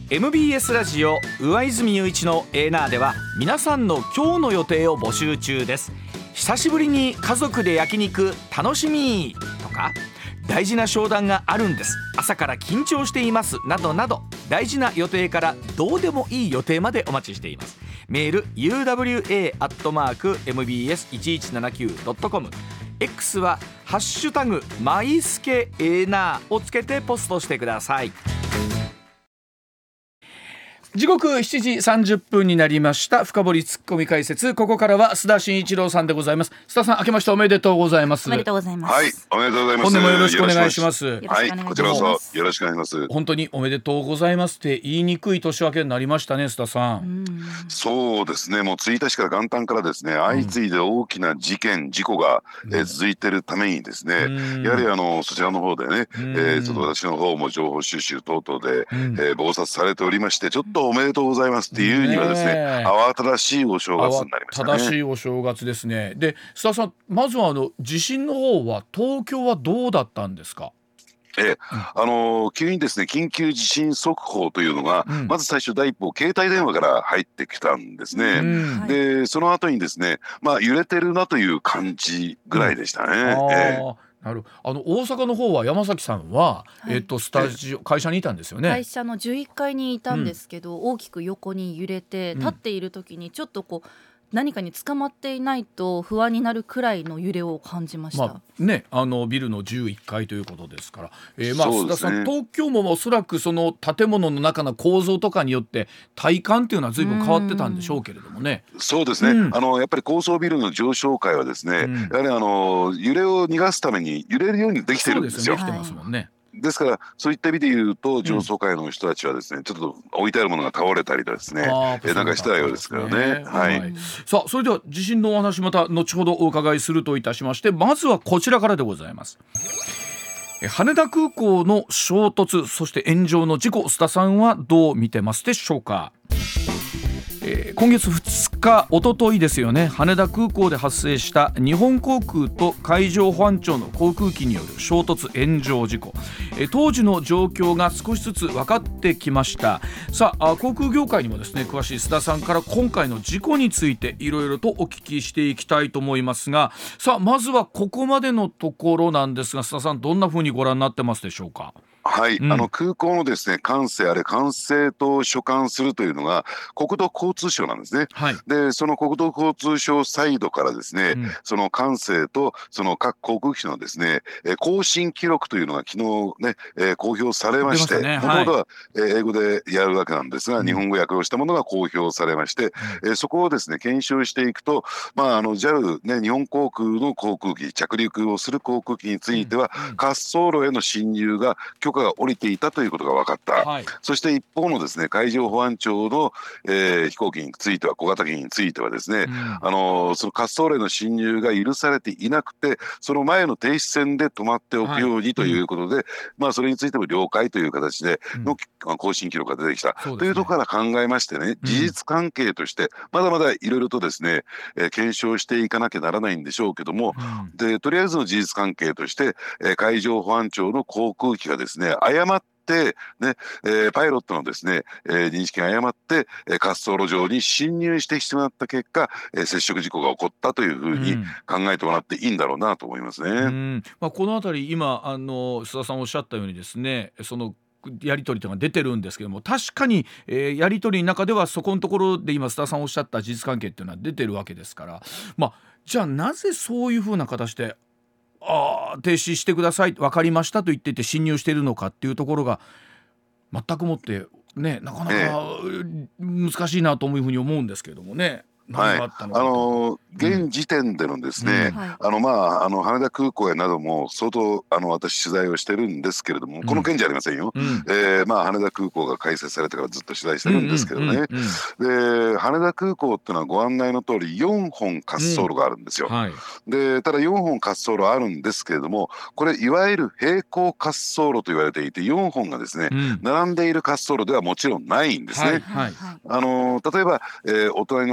MBS ラジオ上泉雄一のエーナーでは皆さんの今日の予定を募集中です。久しぶりに家族で焼肉楽しみとか、大事な商談があるんです、朝から緊張していますなどなど、大事な予定からどうでもいい予定までお待ちしています。メール uwa@mbs1179.com、 X はハッシュタグマイスケエーナーをつけてポストしてください。時刻7時30分になりました。深掘りツッコミ解説、ここからは須田慎一郎さんでございます。須田さん、明けましておめでとうございます。 おめでとうございます。 はい、おめでとうございます。 本年もよろしくお願いします。 はい、こちらこそよろしくお願いします。 本当におめでとうございますって言いにくい年明けになりましたね、須田さん。 そうですね、もう1日から元旦からですね、相次いで大きな事件事故が、続いているためにですね、やはりそちらの方でね、ちょっと私の方も情報収集等々で、忙殺されておりまして、ちょっとおめでとうございますっていうにはですね、慌ただしいお正月になりましたね。 正しいお正月ですね。で、須田さん、まずは地震の方は東京はどうだったんですか？ 急にですね、緊急地震速報というのが、まず最初第一報携帯電話から入ってきたんですね。でその後にですね、揺れてるなという感じぐらいでしたね。 なる大阪の方は山崎さんは、スタジオ会社にいたんですよね。 会社の11階にいたんですけど、大きく横に揺れて、立っている時にちょっとこう何かに捕まっていないと不安になるくらいの揺れを感じました。 ビルの11階ということですから、須田さん、東京もおそらくその建物の中の構造とかによって体感っていうのは随分変わってたんでしょうけれどもね。 そうですね、やっぱり高層ビルの上昇階はですね、やはり揺れを逃がすために揺れるようにできてるんですよ。 そうですよね、できてますもんね。 ですからそういった意味で言うと、上層階の人たちはですね、ちょっと置いてあるものが倒れたりですね、なんかしてたようですからね。 さあ、それでは地震のお話、また後ほどお伺いするといたしまして、まずはこちらからでございます。羽田空港の衝突、そして炎上の事故、須田さんはどう見てますでしょうか？今月2日、おとといですよね、羽田空港で発生した日本航空と海上保安庁の航空機による衝突炎上事故、当時の状況が少しずつ分かってきました。さあ、航空業界にもですね詳しい須田さんから今回の事故についていろいろとお聞きしていきたいと思いますが、さあ、まずはここまでのところなんですが、須田さん、どんな風にご覧になってますでしょうか？ はい、空港のですね管制と所管するというのが国土交通省なんですね。でその国土交通省サイドからですね、その管制とその各航空機のですね、更新記録というのが昨日ね、公表されまして、もともとは英語でやるわけなんですが、日本語訳をしたものが公表されまして、そこをですね検証していくと、JAL、日本航空の航空機、着陸をする航空機については、滑走路への侵入が許可が下りていたということが分かった。そして一方のですね海上保安庁の、飛行機については、小型機についてはですね、その滑走路への侵入が許されていなくて、その前の停止線で止まっておくようにということで、それについても了解という形での更新記録が出てきた、というところから考えましてね、事実関係としてまだまだいろいろとですね、検証していかなきゃならないんでしょうけども、でとりあえずの事実関係として、海上保安庁の航空機がですね誤ってパイロットのですね、認識が誤って、滑走路上に侵入してしまった結果、接触事故が起こったというふうに考えてもらっていいんだろうなと思いますね。 このあたり今須田さんおっしゃったようにですね、そのやり取りというのが出てるんですけども、確かに、やり取りの中ではそこのところで今須田さんおっしゃった事実関係っていうのは出てるわけですから、じゃあなぜそういうふうな形で停止してください、分かりましたと言っていて侵入しているのかっていうところが全くもってね、なかなか難しいなというふうに思うんですけれどもね。 現時点でのですね、羽田空港やなども相当私取材をしてるんですけれども、この件じゃありませんよ。羽田空港が開設されてからずっと取材してるんですけどね。で羽田空港っていうのはご案内の通り4本滑走路があるんですよ。でただ4本滑走路あるんですけれども、これいわゆる平行滑走路と言われていて、4本がですね、並んでいる滑走路ではもちろんないんですね。例えば、お隣の韓国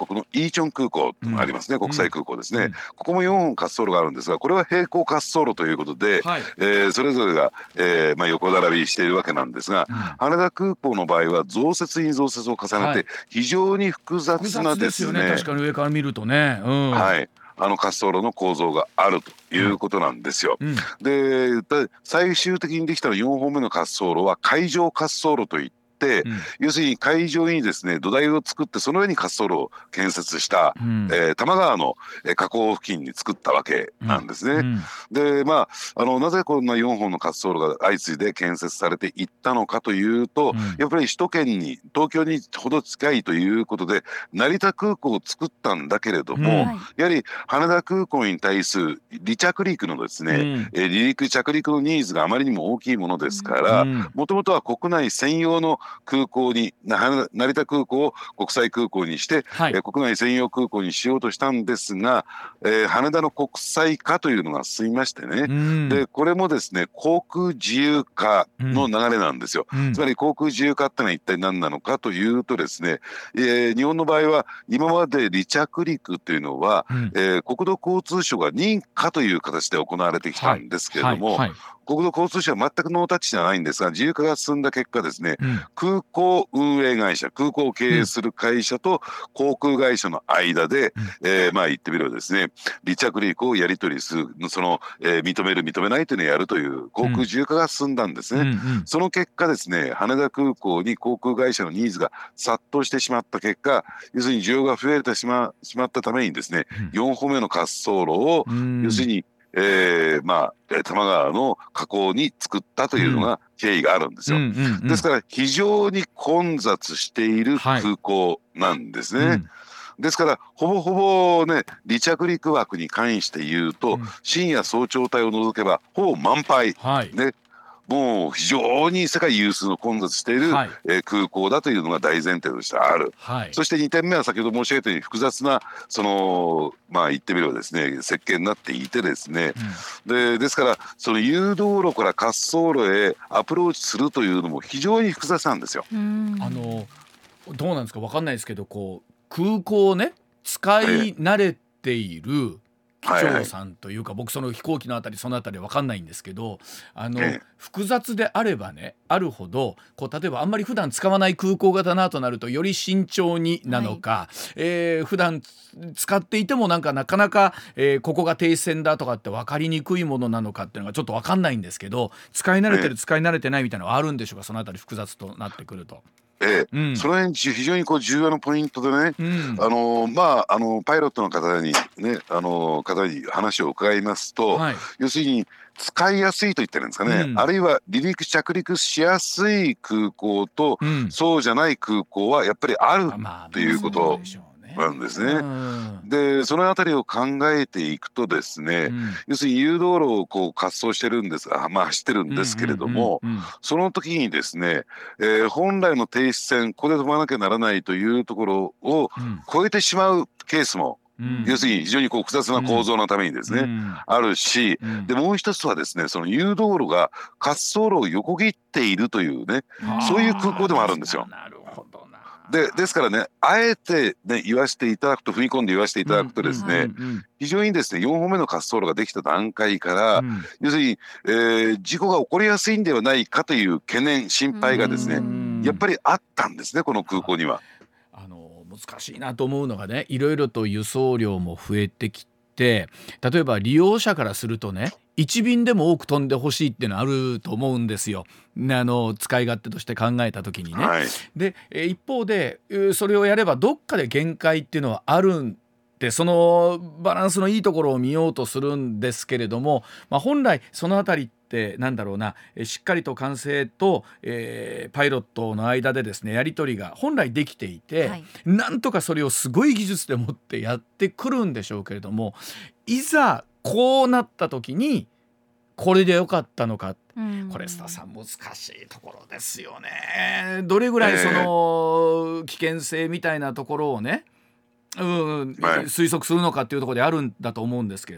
北のイーチョン空港がありますね、国際空港ですね、ここも4本滑走路があるんですが、これは平行滑走路ということで、それぞれが、横並びしているわけなんですが、羽田空港の場合は増設に増設を重ねて非常に複雑なですね、 確かに上から見るとね、 滑走路の構造があるということなんですよ。で最終的にできた4本目の滑走路は海上滑走路といって、要するに海上にですね土台を作って、その上に滑走路を建設した、多摩川の河口付近に作ったわけなんですね。でなぜこんな4本の滑走路が相次いで建設されていったのかというと、やっぱり首都圏に東京にほど近いということで成田空港を作ったんだけれども、やはり羽田空港に対する離着陸のですね、離陸着陸のニーズがあまりにも大きいものですから、もともとは国内専用の空港に成田空港を国際空港にして、国内専用空港にしようとしたんですが、羽田の国際化というのが進みましてね、でこれもですね航空自由化の流れなんですよ。つまり航空自由化ってのは一体何なのかというとですね、日本の場合は今まで離着陸というのは、国土交通省が認可という形で行われてきたんですけれども、国土交通省は全くノータッチじゃないんですが、自由化が進んだ結果ですね、空港運営会社、空港を経営する会社と航空会社の間で、言ってみればですね、離着陸をやり取りする、認める認めないというのをやるという航空自由化が進んだんですね。その結果ですね、羽田空港に航空会社のニーズが殺到してしまった結果、要するに需要が増えてしまったためにですね、4本目の滑走路を、要するに多摩川の河口に作ったというのが経緯があるんですよ。ですから非常に混雑している空港なんですね。ですからほぼほぼね、離着陸枠に関して言うと、深夜早朝帯を除けばほぼ満杯、もう非常に世界有数の混雑している、空港だというのが大前提としてある、そして2点目は先ほど申し上げたように複雑な言ってみればですね設計になっていてですね、ですからその誘導路から滑走路へアプローチするというのも非常に複雑なんですよ。 どうなんですか、分かんないですけど、空港をね使い慣れている機長さんというか、僕その飛行機のあたりそのあたり分かんないんですけど、複雑であればねあるほど例えばあんまり普段使わない空港型なとなるとより慎重になのか、普段使っていてもなかなか、ここが停止線だとかって分かりにくいものなのかっていうのがちょっと分かんないんですけど、使い慣れてる使い慣れてないみたいなのはあるんでしょうか、そのあたり複雑となってくると。 その辺非常に重要なポイントでね、パイロットの方に話を伺いますと、要するに使いやすいと言ってるんですかね、あるいは離陸着陸しやすい空港と、そうじゃない空港はやっぱりあるということなんですね。でそのあたりを考えていくとですね、要するに誘導路を滑走してるんですが、走ってるんですけれども、その時にですね、本来の停止線、ここで止まらなきゃならないというところを超えてしまうケースも、要するに非常に複雑な構造のためにですね、あるし、でもう一つはですね、その誘導路が滑走路を横切っているというね、そういう空港でもあるんですよ。ですからね、あえてね言わせていただくと、踏み込んで言わせていただくとですね、非常にですね4本目の滑走路ができた段階から、要するに、事故が起こりやすいんではないかという懸念心配がですねやっぱりあったんですね、この空港には。 難しいなと思うのがね、いろいろと輸送量も増えてきて、例えば利用者からするとね、1便でも多く飛んでほしいっていうのはあると思うんですよ、使い勝手として考えた時にね、で一方でそれをやればどっかで限界っていうのはあるんで、そのバランスのいいところを見ようとするんですけれども、本来そのあたりってなんだろうな、しっかりと管制と、パイロットの間でですねやり取りが本来できていて、なんとかそれをすごい技術でもってやってくるんでしょうけれども、いざこうなった時にこれでよかったのか、これ須田さん難しいところですよね。どれぐらいその危険性みたいなところをね、推測するのかっていうところであるんだと思うんですけれども。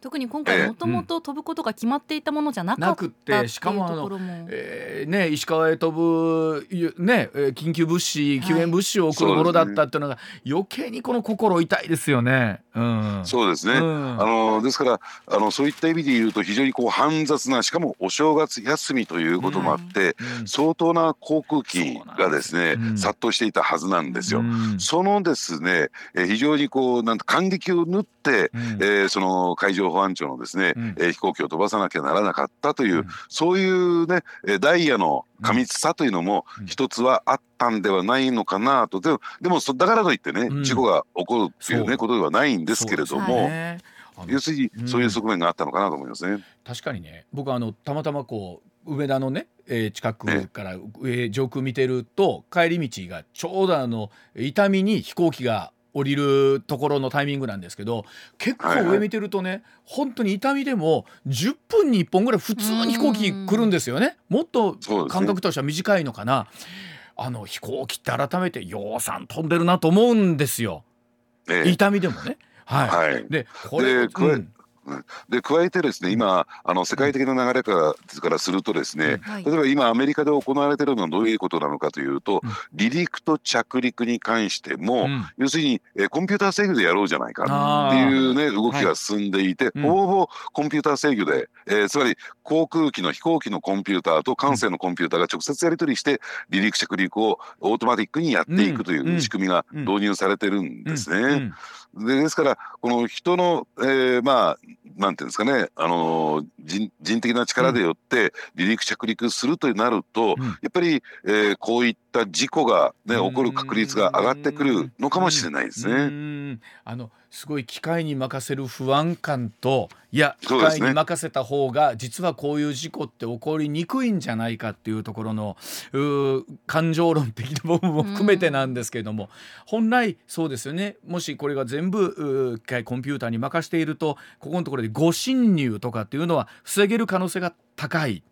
特に今回もともと飛ぶことが決まっていたものじゃなかったっていうとしかもころも、 石川へ飛ぶ、緊急物資救援物資を送るものだったっていうのが、余計にこの心痛いですよね。 そうですね、ですからそういった意味で言うと非常に煩雑な、しかもお正月休みということもあって、相当な航空機がですね、殺到していたはずなんですよ。そのですね、非常になんと間隙を縫って、その海上保安庁のですね、飛行機を飛ばさなきゃならなかったという、そういうねダイヤの過密さというのも一つはあったんではないのかなと。でもだからといってね、事故が起こるっていうねことではないんですけれども、要するにそういう側面があったのかなと思いますね。 確かにね、僕たまたま梅田のね、近くから上空見てると、帰り道がちょうど伊丹に飛行機が降りるところのタイミングなんですけど、結構上見てるとね、本当に伊丹でも10分に1本ぐらい普通に飛行機来るんですよね。もっと間隔としては短いのかな。飛行機って改めてようさん飛んでるなと思うんですよ、伊丹でもね。でこれで加えてですね、今世界的な流れからするとですね、例えば今アメリカで行われているのはどういうことなのかというと、離陸と着陸に関しても、要するにコンピューター制御でやろうじゃないかっていうね動きが進んでいて、ほぼほぼコンピューター制御で、つまり航空機の飛行機のコンピューターと管制のコンピューターが直接やり取りして離陸着陸をオートマティックにやっていくという仕組みが導入されてるんですね。ですからこの人の、なんていうんですかね、人的な力でよって離陸着陸するとなると、やっぱり、こういった事故が、起こる確率が上がってくるのかもしれないですね。 すごい機械に任せる不安感と、いや機械に任せた方が実はこういう事故って起こりにくいんじゃないかっていうところの感情論的な部分も含めてなんですけれども、本来そうですよね。もしこれが全部機械コンピューターに任せていると、ここのところで誤進入とかっていうのは防げる可能性が高い。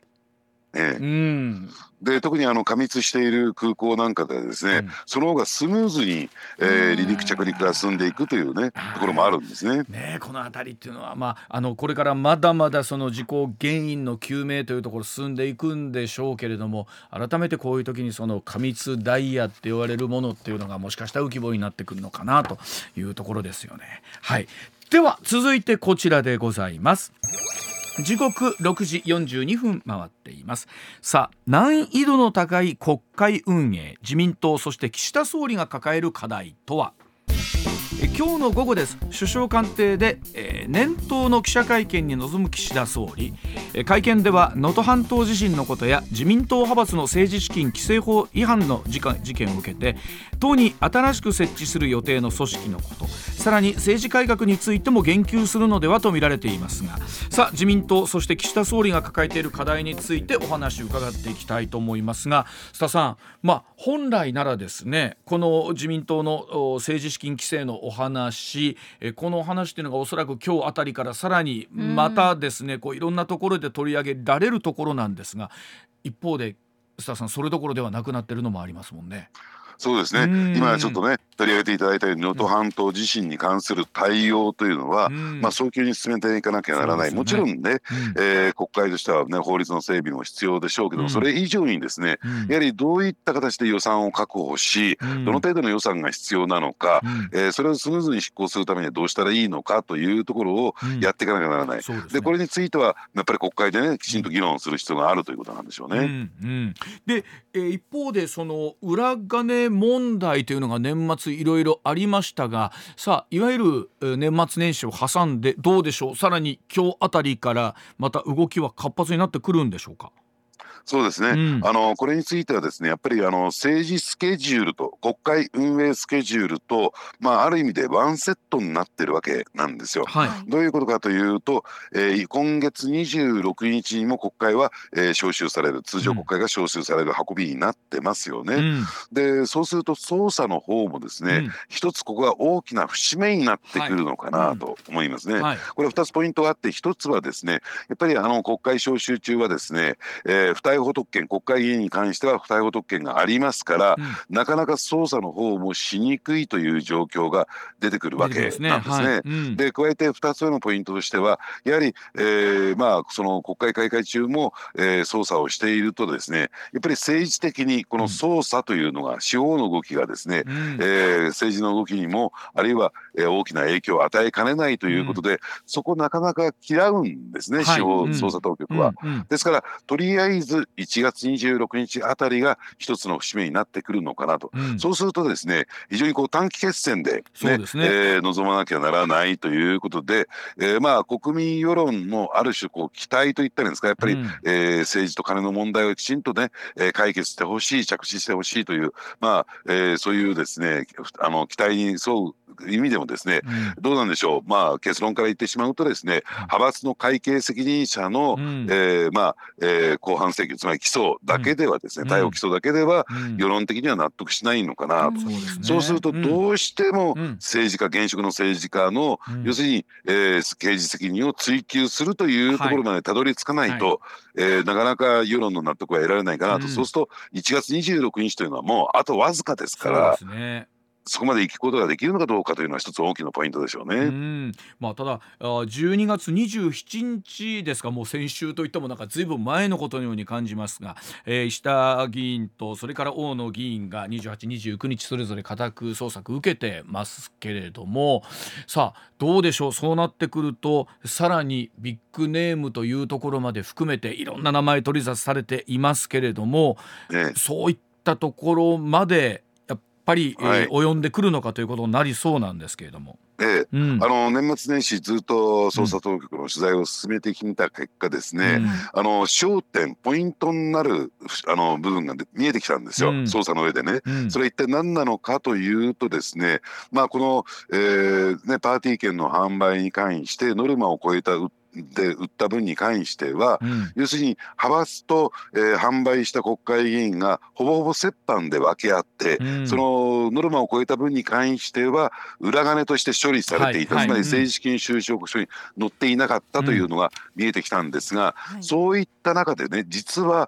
で特に過密している空港なんかではですね、その方がスムーズに、離陸着陸が進んでいくというねところもあるんですね。 この辺りっていうのは、これからまだまだその事故原因の究明というところ進んでいくんでしょうけれども、改めてこういう時にその過密ダイヤって言われるものっていうのがもしかしたら浮き彫りになってくるのかなというところですよね。では続いてこちらでございます。時刻6時42分回っています。さあ、難易度の高い国会運営、自民党そして岸田総理が抱える課題とは。今日の午後です。首相官邸で、年頭の記者会見に臨む岸田総理。会見では能登半島地震のことや自民党派閥の政治資金規正法違反の事件を受けて、党に新しく設置する予定の組織のこと、さらに政治改革についても言及するのではと見られていますが、さあ自民党そして岸田総理が抱えている課題についてお話を伺っていきたいと思いますが、須田さん、本来ならですね、この自民党の政治資金規正のお話、このお話というのがおそらく今日あたりからさらにまたですね、いろんなところで取り上げられるところなんですが、一方で須田さん、それどころではなくなっているのもありますもんね。 そうですね、今ちょっとね取り上げていただいたように能登半島地震に関する対応というのは、早急に進めていかなきゃならない。もちろんね、国会としては、法律の整備も必要でしょうけども、それ以上にですね、やはりどういった形で予算を確保し、どの程度の予算が必要なのか、それをスムーズに執行するためにはどうしたらいいのかというところをやっていかなきゃならない。でこれについてはやっぱり国会でねきちんと議論する必要があるということなんでしょうね。 で、一方でその裏金問題というのが年末いろいろありましたが、さあいわゆる年末年始を挟んでどうでしょう、さらに今日あたりからまた動きは活発になってくるんでしょうか。 そうですね、これについてはですね、やっぱり政治スケジュールと国会運営スケジュールと、ある意味でワンセットになってるわけなんですよ。どういうことかというと、今月26日にも国会は、召集される、通常国会が召集される運びになってますよね。でそうすると捜査の方もですね、一つここが大きな節目になってくるのかなと思いますね。これ2つポイントがあって、一つはですね、やっぱり国会召集中はですね、2 逮捕特権、国会議員に関しては不逮捕特権がありますから、なかなか捜査の方もしにくいという状況が出てくるわけなんですね。で加えて2つ目のポイントとしてはやはり、その国会開会中も、捜査をしているとですね、やっぱり政治的にこの捜査というのが、司法の動きがですね、政治の動きにもあるいは、大きな影響を与えかねないということで、そこなかなか嫌うんですね、司法捜査当局は。ですからとりあえず1月26日あたりが一つの節目になってくるのかなと、そうするとですね、非常に短期決戦で、臨まなきゃならないということで、国民世論のある種期待といったらいいんですか、やっぱり、政治と金の問題をきちんとね、解決してほしい、着手してほしいという、そういうですね期待に沿う意味でもですね、どうなんでしょう、結論から言ってしまうとですね、派閥の会計責任者の、公判請求、つまり起訴だけではですね、逮捕起訴だけでは世論的には納得しないのかなと。そうするとどうしても政治家、現職の政治家の、要するに、刑事責任を追及するというところまでたどり着かないと、なかなか世論の納得は得られないかなと。そうすると1月26日というのはもうあとわずかですから、そこまで行くことができるのかどうかというのは一つ大きなポイントでしょうね。 ただ12月27日ですか、もう先週といってもなんかずいぶん前のことのように感じますが、石田議員とそれから大野議員が28、29日それぞれ家宅捜索受けてますけれども、さあどうでしょう、そうなってくるとさらにビッグネームというところまで含めていろんな名前取り沙汰されていますけれども、そういったところまでやっぱり、及んでくるのかということになりそうなんですけれども、 年末年始ずっと捜査当局の取材を進めてきた結果ですね、焦点ポイントになる部分が見えてきたんですよ、捜査の上でね。それは一体何なのかというとですね、この、パーティー券の販売に関してノルマを超えた売った分に関しては、要するに派閥と、販売した国会議員がほぼほぼ折半で分け合って、そのノルマを超えた分に関しては裏金として処理されていた、つまり政治資金収支報告書に載っていなかったというのが見えてきたんですが、そういった中でね、実は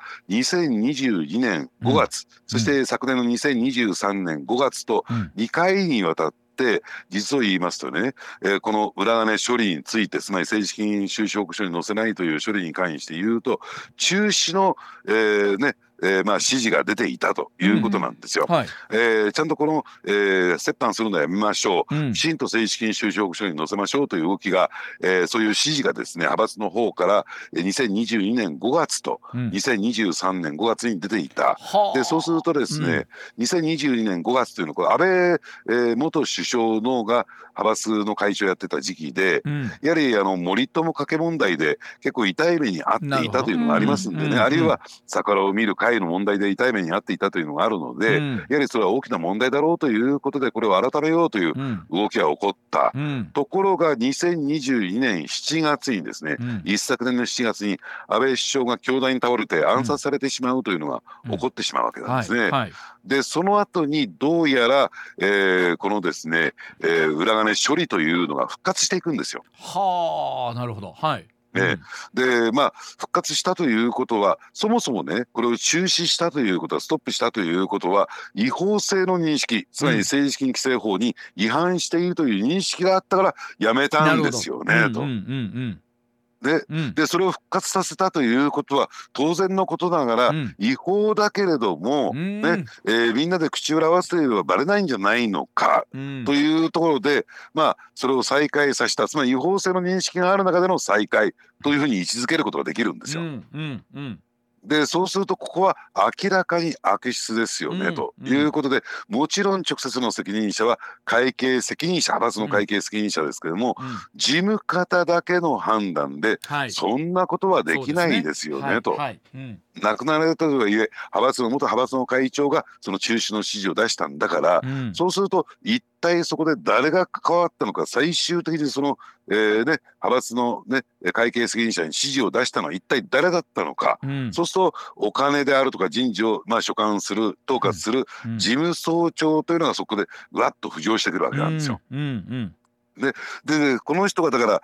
2022年5月、そして昨年の2023年5月と2回にわたって実を言いますとね、この裏金処理について、つまり政治資金収支報告書に載せないという処理に関して言うと中止の、指示が出ていたということなんですよ。ちゃんとこの、折半するのはやめましょう、きちんと政治資金収支報告書に載せましょうという動きが、そういう指示がですね、派閥の方から2022年5月と2023年5月に出ていた。でそうするとですね、2022年5月というのはこれ安倍、元首相のが派閥の会長をやってた時期で、やはり森友加計問題で結構痛い目に遭っていたというのがありますんでね、あるいは逆らを見る会の問題で痛い目に遭っていたというのがあるので、やはりそれは大きな問題だろうということでこれを改めようという動きが起こった、ところが2022年7月にですね、一昨年の7月に安倍首相が凶弾に倒れて暗殺されてしまうというのが起こってしまうわけなんですね。でその後にどうやら、このですね、裏金処理というのが復活していくんですよ。 なるほど。 で復活したということはそもそもね、これを中止したということは、ストップしたということは違法性の認識、つまり政治資金規正法に違反しているという認識があったからやめたんですよねと。でそれを復活させたということは当然のことながら、違法だけれども、みんなで口裏合わせていればバレないんじゃないのか、というところでそれを再開させた、つまり違法性の認識がある中での再開というふうに位置づけることができるんですよ。でそうするとここは明らかに悪質ですよね、ということで、もちろん直接の責任者は会計責任者、派閥の会計責任者ですけれども、事務方だけの判断で、そんなことはできないですよねと。亡くなられたとはいえ元派閥の会長がその中止の指示を出したんだから、そうすると一体そこで誰が関わったのか、最終的にその、派閥の、会計責任者に指示を出したのは一体誰だったのか、そうするとお金であるとか人事を所管する統括する事務総長というのがそこでわっと浮上してくるわけなんですよ。 でこの人がだから、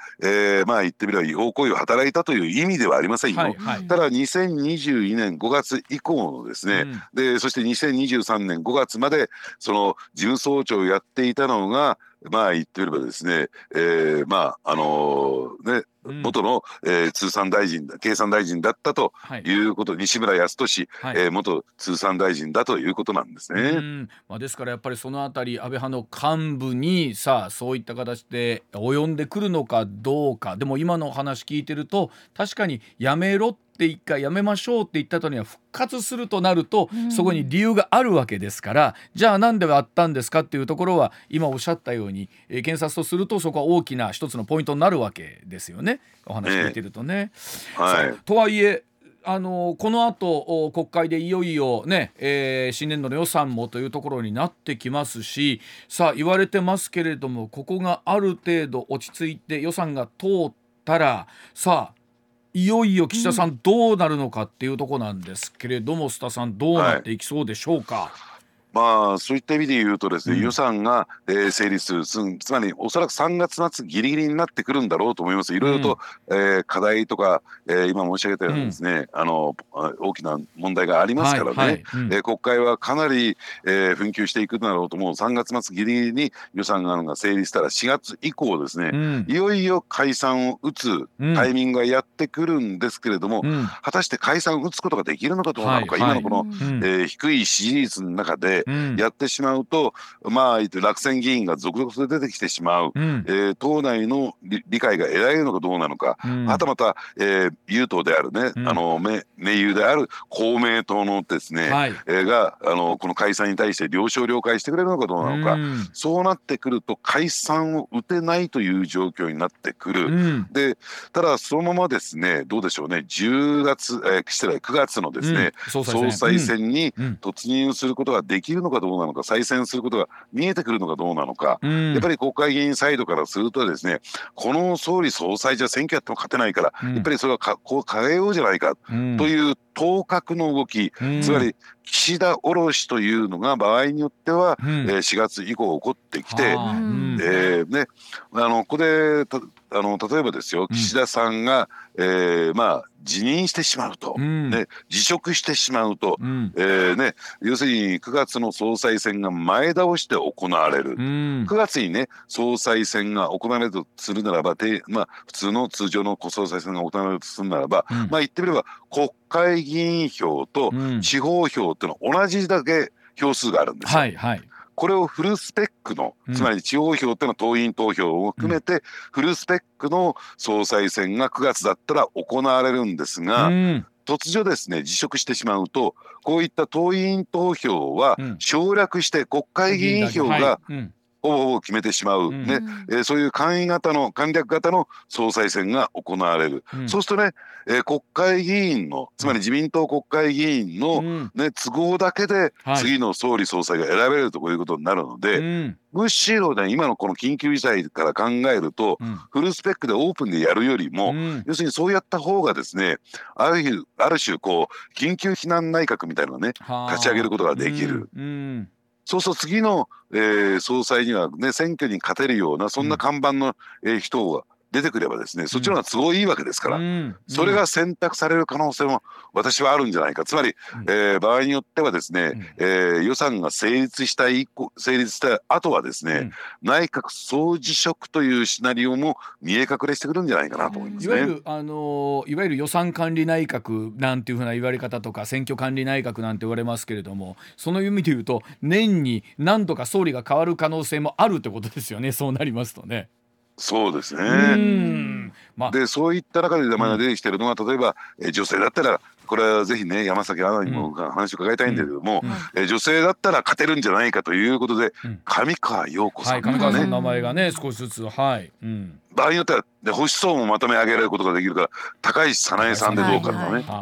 まあ言ってみれば違法行為を働いたという意味ではありませんよ、 はいはい、 ただ2022年5月以降のですね、でそして2023年5月までその事務総長をやっていたのがまあ言ってみればですね、まあね元の、通産大臣経産大臣だったということ、西村康稔、元通産大臣だということなんですね。 まあ、ですからやっぱりそのあたり安倍派の幹部にさあそういった形で及んでくるのかどうか。でも今の話聞いてると確かにやめろって一回やめましょうって言った後には復活するとなると、そこに理由があるわけですから、じゃあなんであったんですかっていうところは今おっしゃったように、検察とするとそこは大きな一つのポイントになるわけですよね、お話聞いてるとね。とはいえこの後国会でいよいよね、新年度の予算もというところになってきますし、さあ言われてますけれども、ここがある程度落ち着いて予算が通ったらさあいよいよ岸田さんどうなるのかっていうところなんですけれども、須田さんどうなっていきそうでしょうか。 まあそういった意味で言うとですね、予算が、成立する、つまりおそらく3月末ギリギリになってくるんだろうと思います。いろいろと、課題とか、今申し上げたようにですね、大きな問題がありますからね、国会はかなり、紛糾していくんだろうと思う。3月末ギリギリに予算案が成立したら4月以降ですね、いよいよ解散を打つタイミングがやってくるんですけれども、果たして解散を打つことができるのかどうなのか、今のこの、低い支持率の中でやってしまうと、まあ落選議員が続々と出てきてしまう、党内の理解が得られるのかどうなのか、はたまた、有党であるね、盟友である公明党のですね、がこの解散に対して了承了解してくれるのかどうなのか、そうなってくると解散を打てないという状況になってくる。でただそのままですね、どうでしょうね、9月のですね、総裁選に突入することができるのかどうなのか、再選することが見えてくるのかどうなのか、やっぱり国会議員サイドからするとですね、この総理総裁じゃ選挙やっても勝てないから、やっぱりそれはこう変えようじゃないかという当確の動き、つまり岸田降ろしというのが場合によっては、4月以降起こってきて、ここで例えばですよ、岸田さんが、まあ辞任してしまうと、辞職してしまうと、要するに9月の総裁選が前倒して行われる、9月にね総裁選が行われるとするならば、普通の通常の総裁選が行われるとするならば、言ってみれば国会議員票と地方票っていうのは同じだけ票数があるんですよ。これをフルスペックの、つまり地方票っていうのは党員投票を含めてフルスペックの総裁選が9月だったら行われるんですが、突如ですね辞職してしまうと、こういった党員投票は省略して国会議員票がほぼ決めてしまう、そういう簡略型の総裁選が行われる。そうするとね、国会議員の、つまり自民党国会議員の、都合だけで次の総理総裁が選べるということになるので、むしろね今のこの緊急事態から考えると、フルスペックでオープンでやるよりも、要するにそうやった方がですね、ある種こう緊急避難内閣みたいなのをね立ち上げることができる。そうすると次の、総裁にはね選挙に勝てるようなそんな看板の、人が出てくればですね、そっちの方が都合いいわけですから、それが選択される可能性も私はあるんじゃないか。つまり、場合によってはですね、予算が成立した後はですね、内閣総辞職というシナリオも見え隠れしてくるんじゃないかなと思いますね。 いわゆる予算管理内閣なんていうふうな言われ方とか、選挙管理内閣なんて言われますけれども、その意味で言うと年に何度か総理が変わる可能性もあるってことですよね、そうなりますとね。 そうですね。でそういった中で名前が出てきてるのは、例えば、女性だったら、これはぜひね山崎アナにも話を伺いたいんだけれども、女性だったら勝てるんじゃないかということで、上川陽子さんとかね、 上川さんの名前がね少しずつ、場合によっては保守層もまとめ上げられることができるから、高市早苗さんでどうかとかね。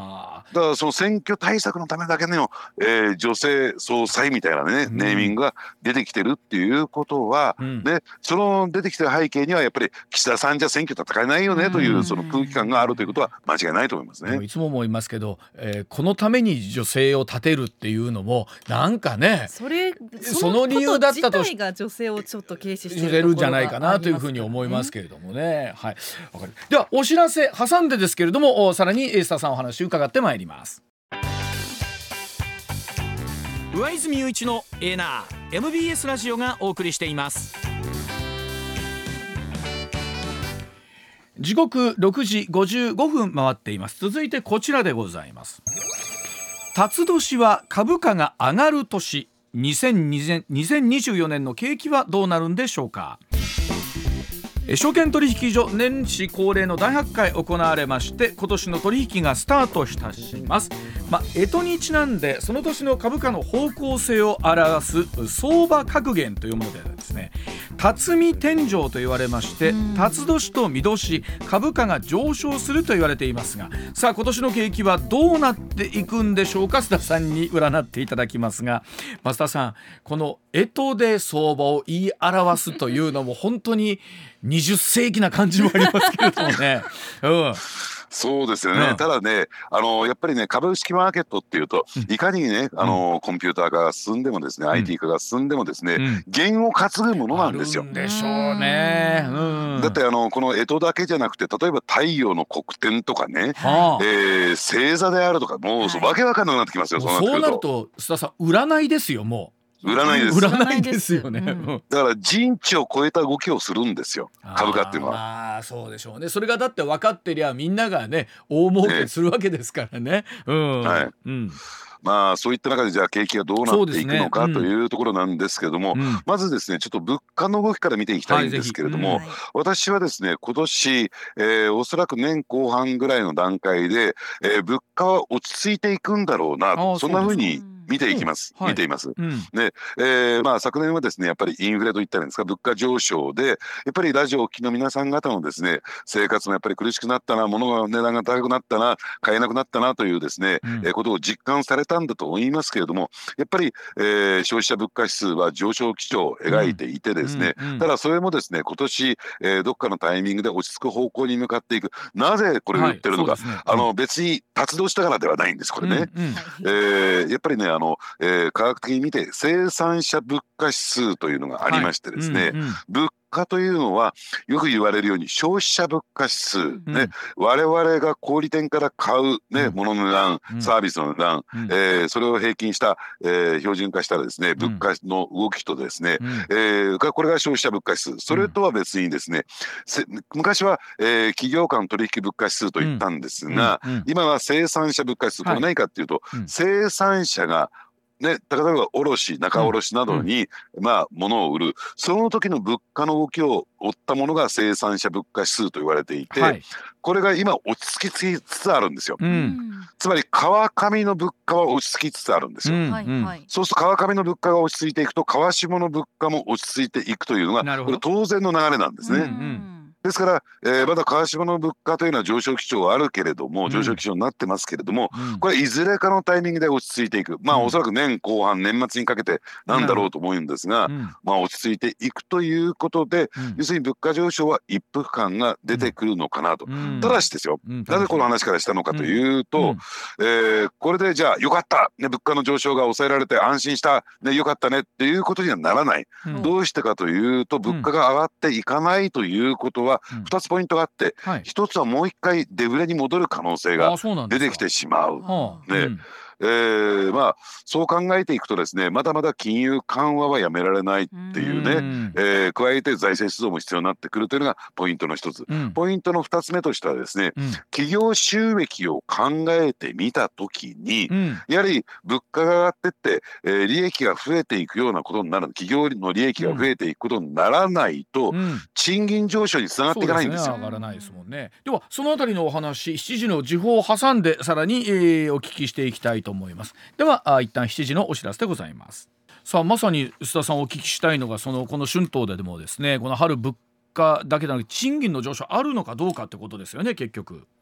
だからその選挙対策のためだけの、女性総裁みたいなね、ネーミングが出てきてるっていうことは、ね、その出てきてる背景にはやっぱり岸田さんじゃ選挙戦えないよねというその空気感があるということは間違いないと思いますね。 いつも思いますけど、このために女性を立てるっていうのもなんかね、その理由だったと自体が女性をちょっと軽視してるんじゃないかなというふうに思いますけれどもね。はい、わかる。ではお知らせ挟んでですけれども、さらに須田さんお話伺ってまいります。 上泉雄一のエーナー MBS ラジオがお送りしています。 時刻6時55分回っています。続いてこちらでございます。辰年は株価が上がる年、2024年の景気はどうなるんでしょうか。証券取引所年始恒例の大発会行われまして、今年の取引がスタートいたします。干支にちなんでその年の株価の方向性を表す相場格言というものでですね、辰巳天井と言われまして、辰年と巳年株価が上昇すると言われていますが、さあ今年の景気はどうなっていくんでしょうか。須田さんに占っていただきますが、須田さん、この干支で相場を言い表すというのも本当に20世紀な感じもありますけれどもね。 そうですよね、ただね、やっぱりね、株式マーケットっていうと、いかにね、コンピューター化が進んでもですね、IT 化が進んでもですね、減を担ぐものなんですよ。 あるんでしょうね。 だってこの干支だけじゃなくて、例えば太陽の黒点とかね、星座であるとか、もうわけわかんなくなってきますよ。 そうなると須田さん、占いですよ。もう占いですよね。 だから人知を超えた動きをするんですよ、株価っていうのは。 そうでしょうね。それがだって分かってりゃみんながね大儲けするわけですからね。 そういった中でじゃあ景気がどうなっていくのかというところなんですけれども、まずですね、ちょっと物価の動きから見ていきたいんですけれども、私はですね、今年、おそらく年後半ぐらいの段階で、物価は落ち着いていくんだろうなと、そんな風に見ています。で、昨年はですね、やっぱりインフレといったらいいんですか、物価上昇で、やっぱりラジオをお聞きの皆さん方のですね、生活もやっぱり苦しくなったな、物が値段が高くなったな、買えなくなったなというですね、ことを実感されたんだと思いますけれども、やっぱり、消費者物価指数は上昇基調を描いていてですね、ただそれもですね、今年、どっかのタイミングで落ち着く方向に向かっていく。なぜこれを言ってるのか、別に達動したからではないんです、これね。やっぱりね、科学的に見て生産者物価指数というのがありましてですね、物価というのはよく言われるように消費者物価指数、我々が小売店から買う、物の値段、サービスの値段、それを平均した、標準化したらですね、物価の動きとですね、これが消費者物価指数。それとは別にですね、昔は、企業間取引物価指数と言ったんですが、今は生産者物価指数。これ何かっていうと、生産者が例えば卸、仲卸などに、物を売る、その時の物価の動きを追ったものが生産者物価指数と言われていて、これが今落ち着きつつあるんですよ。つまり川上の物価は落ち着きつつあるんですよ。そうすると川上の物価が落ち着いていくと、川下の物価も落ち着いていくというのが、これ当然の流れなんですね。ですから、まだ川下の物価というのは上昇基調はあるけれども、上昇基調になってますけれども、これいずれかのタイミングで落ち着いていく。おそらく年後半、年末にかけてなんだろうと思うんですが、落ち着いていくということで、要するに物価上昇は一服感が出てくるのかなと。ただしですよ、なぜこの話からしたのかというと、これでじゃあよかった、物価の上昇が抑えられて安心した、よかったねっていうことにはならない。どうしてかというと、物価が上がっていかないということは2つポイントがあって、1つはもう一回デフレに戻る可能性が出てきてしまう。そう考えていくとですね、まだまだ金融緩和はやめられないっていうね、加えて財政出動も必要になってくるというのがポイントの一つ。ポイントの2つ目としてはですね、企業収益を考えてみたときに、やはり物価が上がってって、利益が増えていくようなことになる、企業の利益が増えていくことにならないと、賃金上昇につながっていかないんですよ。 上がらないですもんね。ではそのあたりのお話、7時の時報を挟んでさらに、お聞きしていきたいと思います。では一旦7時のお知らせでございます。さあまさに須田さんお聞きしたいのが、この春闘でもですね、この春物価だけでなく賃金の上昇あるのかどうかってことですよね、結局。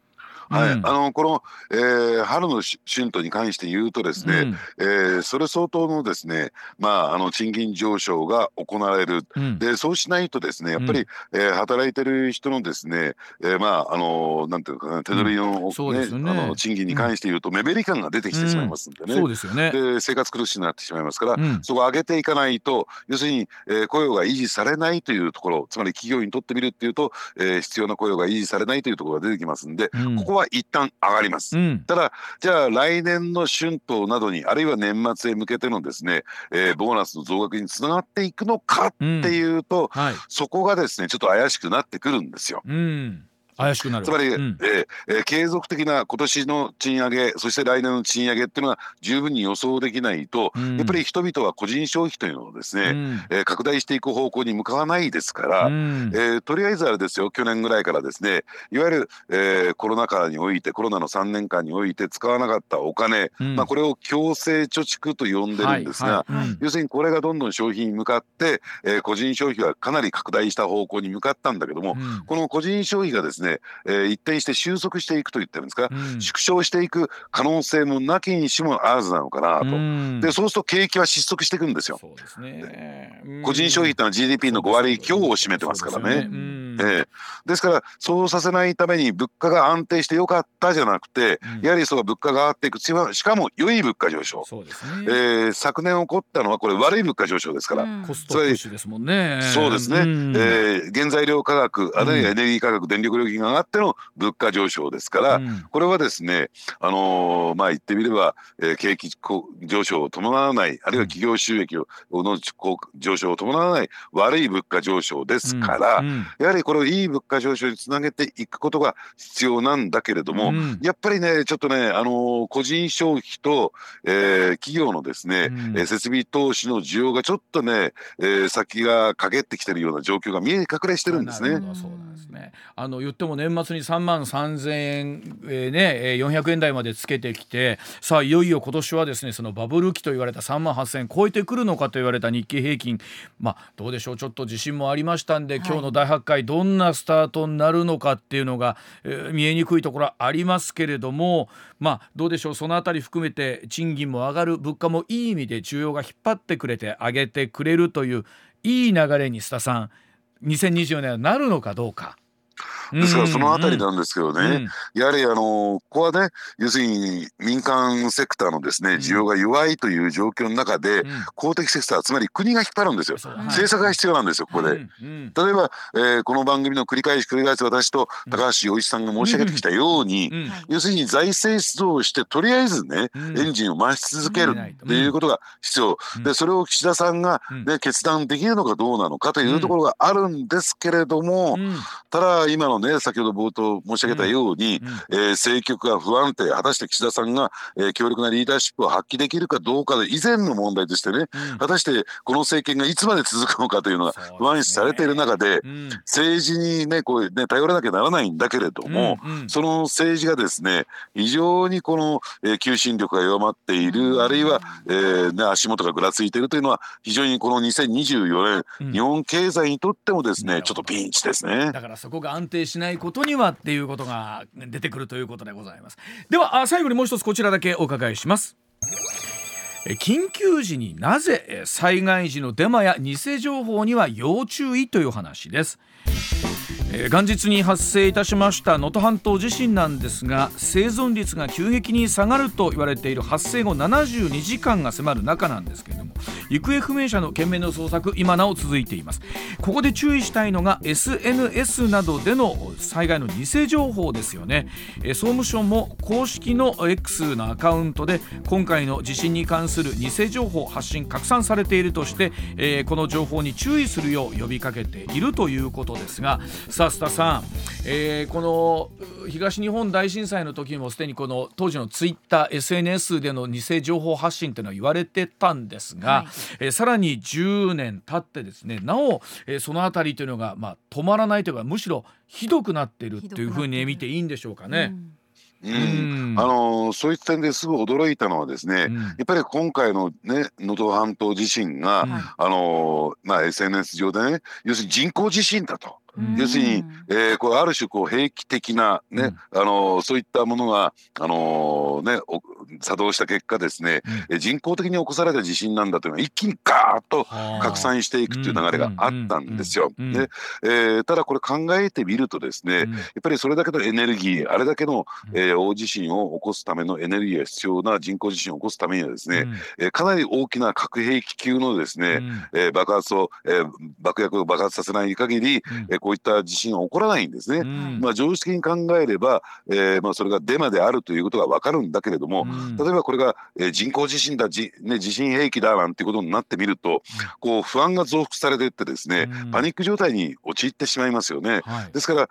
はい、この、春の春闘に関して言うとですね、それ相当のですね、賃金上昇が行われる、でそうしないとですねやっぱり、働いてる人のですね、なんていうかな、手取りの、賃金に関して言うと目減り感が出てきてしまいますんでね、 そうですよね。 で生活苦しくなってしまいますから、そこを上げていかないと、要するに、雇用が維持されないというところ、つまり企業にとってみるっていうと、必要な雇用が維持されないというところが出てきますんで、ここは一旦上がります。ただじゃあ来年の春闘などに、あるいは年末へ向けてのですね、ボーナスの増額につながっていくのかっていうと、そこがですねちょっと怪しくなってくるんですよ。 怪しくなる。 つまり、継続的な今年の賃上げ、そして来年の賃上げっていうのは十分に予想できないと、やっぱり人々は個人消費というのをですね、拡大していく方向に向かわないですから、とりあえずあれですよ、去年ぐらいからですね、いわゆる、コロナ禍において、コロナの3年間において使わなかったお金、これを強制貯蓄と呼んでるんですが、要するにこれがどんどん消費に向かって、個人消費がかなり拡大した方向に向かったんだけども、この個人消費がですね一転して収束していくと言ってるんですか、縮小していく可能性もなきにしもあらずなのかなと。でそうすると景気は失速していくんですよ。 そうですね。 個人消費ってのは GDP の5割強を占めてますからね。ですからそうさせないために物価が安定してよかったじゃなくて、やはりその物価が上がっていく、しかも良い物価上昇。昨年起こったのはこれ悪い物価上昇ですから、 コストプッシュですもんね。 そうですね、原材料価格、あるいはエネルギー価格、電力料金が上がっての物価上昇ですから、これはですね言ってみれば、景気上昇を伴わない、あるいは企業収益の上昇を伴わない悪い物価上昇ですから、やはりこれをいい物価上昇につなげていくことが必要なんだけれども、やっぱりねちょっとね個人消費と、企業のですね、設備投資の需要がちょっとね、先が陰ってきてるような状況が見え隠れしてるんですね。 そうなんですね。言っても年末に3万3000円、400円台までつけてきて、さあいよいよ今年はですねそのバブル期と言われた3万8000円超えてくるのかと言われた日経平均、どうでしょう、ちょっと自信もありましたんで、今日の第8回どんなスタートになるのかっていうのが、見えにくいところありますけれども、どうでしょう、そのあたり含めて賃金も上がる、物価もいい意味で需要が引っ張ってくれて上げてくれるといういい流れに須田さん2024年はなるのかどうか。 ですからそのあたりなんですけどね、やはりここはね、要するに民間セクターのですね需要が弱いという状況の中で、公的セクター、つまり国が引っ張るんですよ。政策が必要なんですよ、ここで。例えば、この番組の繰り返し私と高橋洋一さんが申し上げてきたように、要するに財政出動をしてとりあえずね、エンジンを回し続けるっていうことが必要で、それを岸田さんが、決断できるのかどうなのかというところがあるんですけれども、ただ今のね、先ほど冒頭申し上げたように、政局が不安定、果たして岸田さんが、強力なリーダーシップを発揮できるかどうかで以前の問題としてね、果たしてこの政権がいつまで続くのかというのが不安視されている中で、政治にねこうね頼らなきゃならないんだけれども、その政治がですね非常にこの、求心力が弱まっている、あるいは、足元がぐらついているというのは非常にこの2024年、日本経済にとってもですねちょっとピンチですね。 だからそこが安定しないことにはっていうことが出てくるということでございます。では最後にもう一つこちらだけお伺いします。緊急時になぜ災害時のデマや偽情報には要注意という話です。元日に発生いたしました能登半島地震なんですが、生存率が急激に下がると言われている発生後72時間が迫る中なんですけれども、行方不明者の懸命の捜索今なお続いています。ここで注意したいのが SNS などでの災害の偽情報ですよね。総務省も公式の X のアカウントで今回の地震に関する偽情報発信拡散されているとして、この情報に注意するよう呼びかけているということですが、さあ須田さん、この東日本大震災の時にもすでにこの当時のツイッター SNS での偽情報発信というのは言われてたんですが、さらに10年経ってですねなお、そのあたりというのが、止まらないというかむしろひどくなっているというふうに見ていいんでしょうかね。 そういった点ですごい驚いたのはですね、やっぱり今回のね能登半島地震が、SNS 上でね要するに人工地震だと。 要するに、これある種こう兵器的な、ね、そういったものが、作動した結果ですね、人工的に起こされた地震なんだというのが一気にガーッと拡散していくという流れがあったんですよ。で、ただこれ考えてみるとですね、やっぱりそれだけのエネルギー、あれだけの、大地震を起こすためのエネルギーが必要な人工地震を起こすためにはですね、かなり大きな核兵器級のですね、爆薬を爆発させない限り、こういった地震は起こらないんですね。常識的に考えれば、それがデマであるということが分かるんだけれども、例えばこれが、人工地震だ、地震兵器だなんていうことになってみると、こう不安が増幅されていってですね、パニック状態に陥ってしまいますよね。ですから、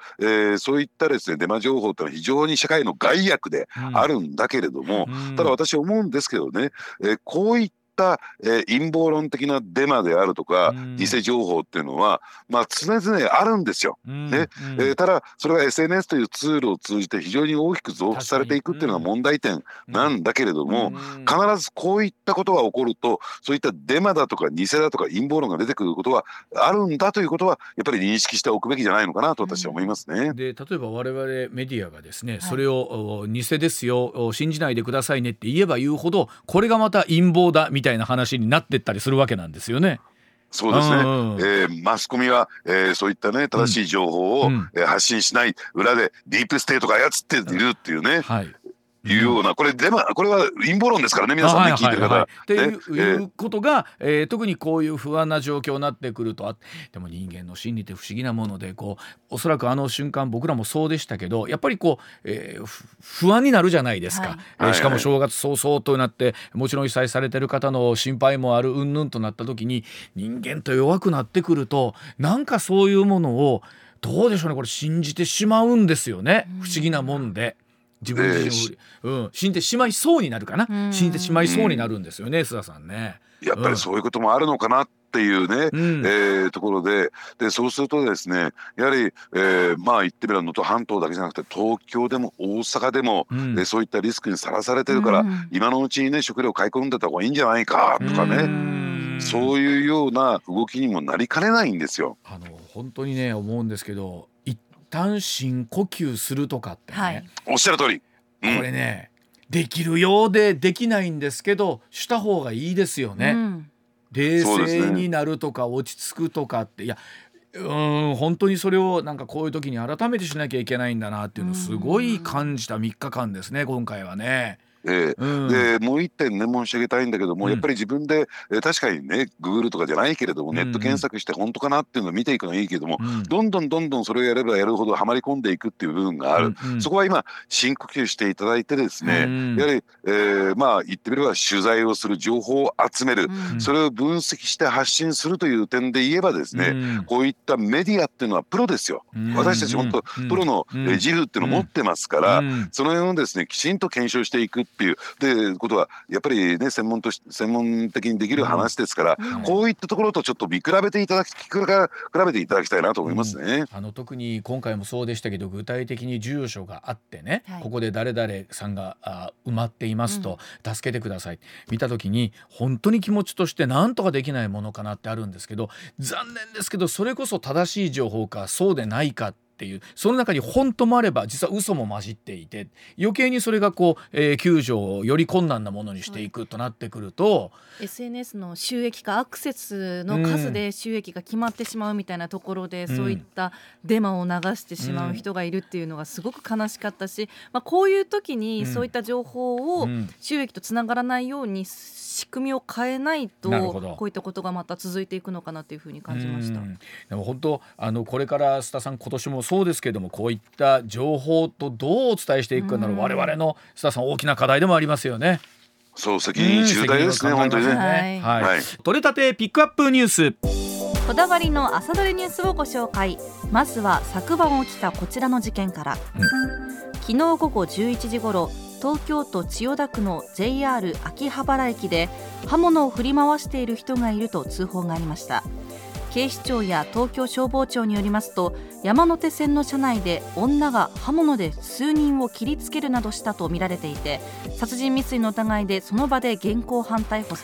そういったですねデマ情報というのは非常に社会の害悪であるんだけれども、ただ私思うんですけどね、こういった陰謀論的なデマであるとか、偽情報っていうのは、常々あるんですよ。ただそれが SNS というツールを通じて非常に大きく増幅されていくっていうのが問題点なんだけれども、必ずこういったことが起こると、そういったデマだとか偽だとか陰謀論が出てくることはあるんだということはやっぱり認識しておくべきじゃないのかなと私は思いますね。 で、例えば我々メディアがですね、それを偽ですよ、信じないでくださいねって言えば言うほど、これがまた陰謀だみたいな話になってったりするわけなんですよね。 そうですね、マスコミは、そういったね正しい情報を、発信しない、裏でディープステートが操っているっていうね、いうような、これは陰謀論ですからね、皆さんね、聞いてる方っていうことが、特にこういう不安な状況になってくると、でも人間の心理って不思議なもので、おそらくあの瞬間僕らもそうでしたけど、やっぱり不安になるじゃないですか。しかも正月早々となって、もちろん被災されてる方の心配もある云々となった時に、人間と弱くなってくると、なんかそういうものをどうでしょうね、これ信じてしまうんですよね、不思議なもんで。自分自身を、信じてしまいそうになるかな、信じてしまいそうになるんですよね、須田さんね。 やっぱりそういうこともあるのかなっていうね、ところで、そうするとですね、やはり、言ってみれば能登半島だけじゃなくて東京でも大阪でも、そういったリスクにさらされてるから、今のうちにね食料を買い込んでた方がいいんじゃないかとかね、そういうような動きにもなりかねないんですよ。 本当にね思うんですけど、一旦深呼吸するとかってね、 おっしゃる通り、 これねできるようでできないんですけど、した方がいいですよね。冷静になるとか落ち着くとかって、いや本当にそれをなんかこういう時に改めてしなきゃいけないんだなっていうのをすごい感じた3日間ですね、今回はね。 でもう一点ね申し上げたいんだけども、やっぱり自分で、確かにね Google とかじゃないけれども、ネット検索して本当かなっていうのを見ていくのはいいけども、どんどんそれをやればやるほどはまり込んでいくっていう部分がある、そこは今深呼吸していただいてですね、やはり、言ってみれば取材をする、情報を集める、それを分析して発信するという点で言えばですね、こういったメディアっていうのはプロですよ。私たち本当プロの自負っていうのを持ってますから、その辺をですねきちんと検証していくっていうことはやっぱりね専門的にできる話ですから、こういったところとちょっと比べていただきたいなと思いますね。 特に今回もそうでしたけど、具体的に住所があってね、ここで誰々さんが埋まっていますと、助けてください見た時に本当に気持ちとして何とかできないものかなってあるんですけど、残念ですけどそれこそ正しい情報かそうでないかっていう、その中に本当もあれば実は嘘も混じっていて、余計にそれが救助をより困難なものにしていくとなってくると、 SNS の収益化、アクセスの数で収益が決まってしまうみたいなところで、そういったデマを流してしまう人がいるっていうのがすごく悲しかったし、こういう時にそういった情報を収益とつながらないように仕組みを変えないと、こういったことがまた続いていくのかなというふうに感じました。 でも本当これから須田さん今年もそうですけども、こういった情報とどうお伝えしていくかなる我々の須田さん大きな課題でもありますよね。 そう、責任重大ですね、本当にね。 取れたてピックアップニュース、 こだわりの朝どれニュースをご紹介。まずは昨晩起きたこちらの事件から、昨日午後11時ごろ、東京都千代田区の JR 秋葉原駅で刃物を振り回している人がいると通報がありました。警視庁や東京消防庁によりますと、山手線の車内で女が刃物で数人を切りつけるなどしたとみられていて、殺人未遂の疑いでその場で現行犯逮捕されています。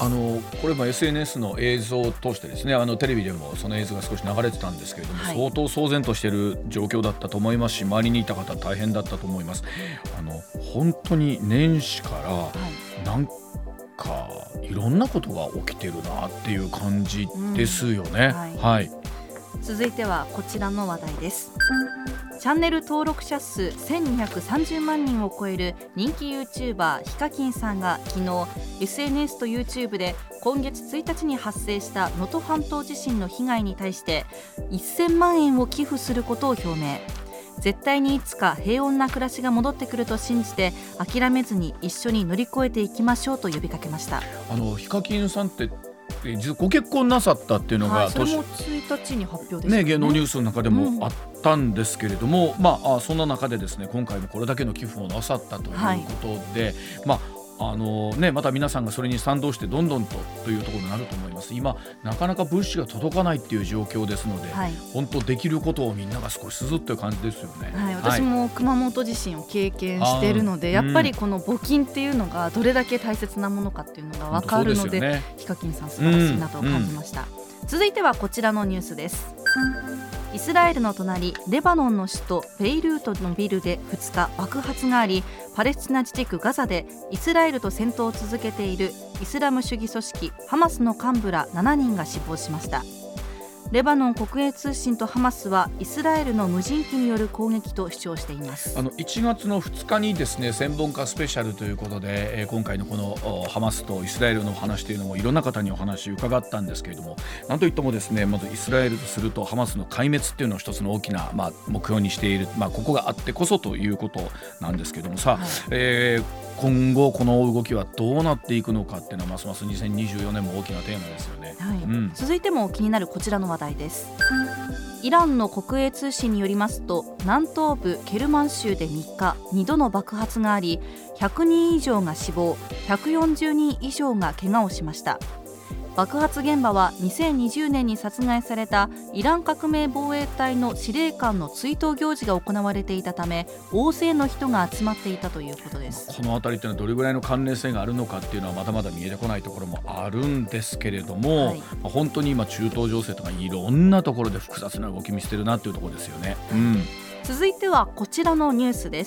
これも SNS の映像を通してですね、テレビでもその映像が少し流れてたんですけれども、はい、相当騒然としている状況だったと思いますし、周りにいた方大変だったと思います。本当に年始からなんかいろんなことが起きてるなっていう感じですよね。はい、 続いてはこちらの話題です。チャンネル登録者数1230万人を超える人気 YouTuber ヒカキンさんが昨日 SNS と YouTube で今月1日に発生した能登半島地震の被害に対して1000万円を寄付することを表明。絶対にいつか平穏な暮らしが戻ってくると信じて諦めずに一緒に乗り越えていきましょうと呼びかけました。 ヒカキンさんってご結婚なさったっていうのが、 それも1日に発表ですね、芸能ニュースの中でもあったんですけれども、そんな中でですね、今回もこれだけの寄付をなさったということで、また皆さんがそれに賛同してどんどんというところになると思います。今なかなか物資が届かないっていう状況ですので、本当できることをみんなが少しずつという感じですよね。 私も熊本地震を経験しているので、やっぱりこの募金っていうのがどれだけ大切なものかっていうのが分かるので、ヒカキンさん素晴らしいなと感じました。続いてはこちらのニュースです。イスラエルの隣レバノンの首都ベイルートのビルで2日爆発があり、パレスチナ自治区ガザでイスラエルと戦闘を続けているイスラム主義組織ハマスの幹部ら7人が死亡しました。レバノン国営通信とハマスはイスラエルの無人機による攻撃と主張しています。 1月の2日にですね、専門家スペシャルということで、今回のこのハマスとイスラエルの話というのもいろんな方にお話を伺ったんですけれども、なんといってもですね、まずイスラエルとするとハマスの壊滅っていうのを一つの大きな、目標にしている、ここがあってこそということなんですけれどもさ、今後この動きはどうなっていくのかっていうのはますます2024年も大きなテーマですよね。 続いても気になるこちらの話題です。イランの国営通信によりますと、南東部ケルマン州で3日2度の爆発があり、100人以上が死亡、140人以上が怪我をしました。爆発現場は2020年に殺害されたイラン革命防衛隊の司令官の追悼行事が行われていたため、大勢の人が集まっていたということです。 この辺りというのはどれぐらいの関連性があるのかっていうのはまだまだ見えてこないところもあるんですけれども、本当に今中東情勢とかいろんなところで複雑な動き見せてるなっていうところですよね。 続いてはこちらのニュースです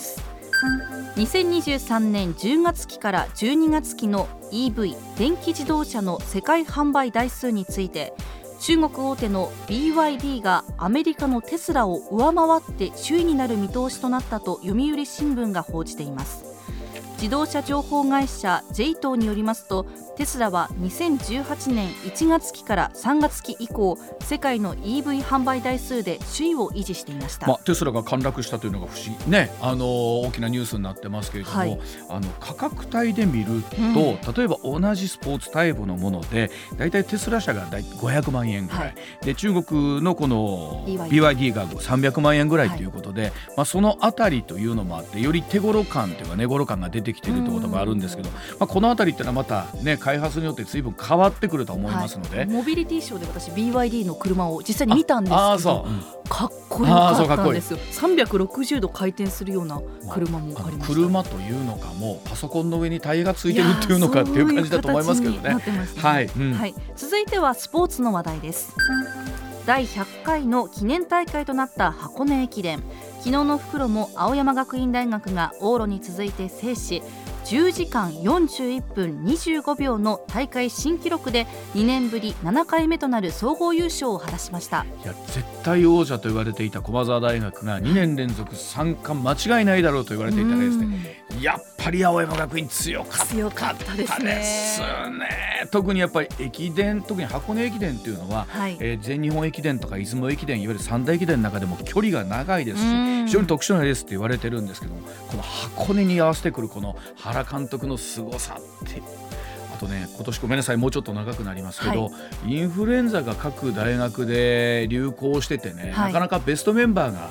。2023年10月期から12月期の EV 電気自動車の世界販売台数について、中国大手の BYD がアメリカのテスラを上回って首位になる見通しとなったと読売新聞が報じています。自動車情報会社 J によりますと、テスラは2018年1月期から3月期以降、世界の EV 販売台数で首位を維持していました。 テスラが陥落したというのが不思議ね、大きなニュースになってますけれども、価格帯で見ると、例えば同じスポーツタイプのものでだいたいテスラ車が500万円ぐらい、で中国のこの BYD が300万円ぐらいということで、そのあたりというのもあって、より手頃感というか値頃感が出てきているということもあるんですけど、このあたりっていうのはまたね、開発によって随分変わってくると思いますので、 モビリティショーで私 BYD の車を実際に見たんですけど、かっこよかったんですよ。360度回転するような車もありました。 車というのかもパソコンの上にタイヤがついてるっていうのかっていう感じだと思いますけどね。 続いてはスポーツの話題です。第100回の記念大会となった箱根駅伝、昨日の復路も青山学院大学が往路に続いて制し、10時間41分25秒の大会新記録で2年ぶり7回目となる総合優勝を果たしました。 いや、絶対王者と言われていた駒澤大学が2年連続3冠間違いないだろうと言われていたですね、やっぱり青山学院強かったですね。特にやっぱり駅伝、特に箱根駅伝というのは、全日本駅伝とか出雲駅伝、いわゆる三大駅伝の中でも距離が長いですし、非常に特殊なレースって言われてるんですけども、この箱根に合わせてくるこの原監督の凄さって、あとね、今年ごめんなさい、もうちょっと長くなりますけど、インフルエンザが各大学で流行しててね、なかなかベストメンバーが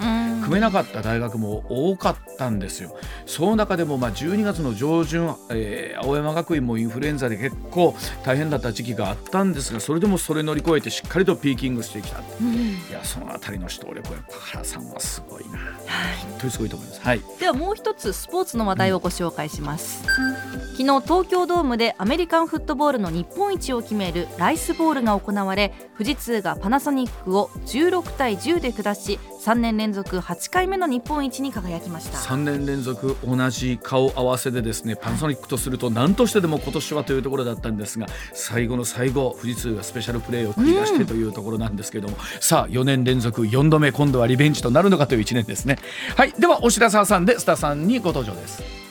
組めなかった大学も多かったんですよ。その中でも12月の上旬、青山学院もインフルエンザで結構大変だった時期があったんですが、それでもそれ乗り越えてしっかりとピーキングしてきた、いやそのあたりの指導力は原さんはすごいな、本当にすごいと思います。 ではもう一つスポーツの話題をご紹介します。昨日東京ドームでアメリカンフットボールの日本一を決めるライスボールが行われ、富士通がパナソニックを16対10で下し、3年連続8回目の日本一に輝きました。 3年連続同じ顔合わせでですね、パナソニックとすると何としてでも今年はというところだったんですが、最後の最後富士通がスペシャルプレーを繰り出してというところなんですけども、さあ4年連続4度目、今度はリベンジとなるのかという1年ですね。はい、ではお知らせ挟んでスタさんにご登場です。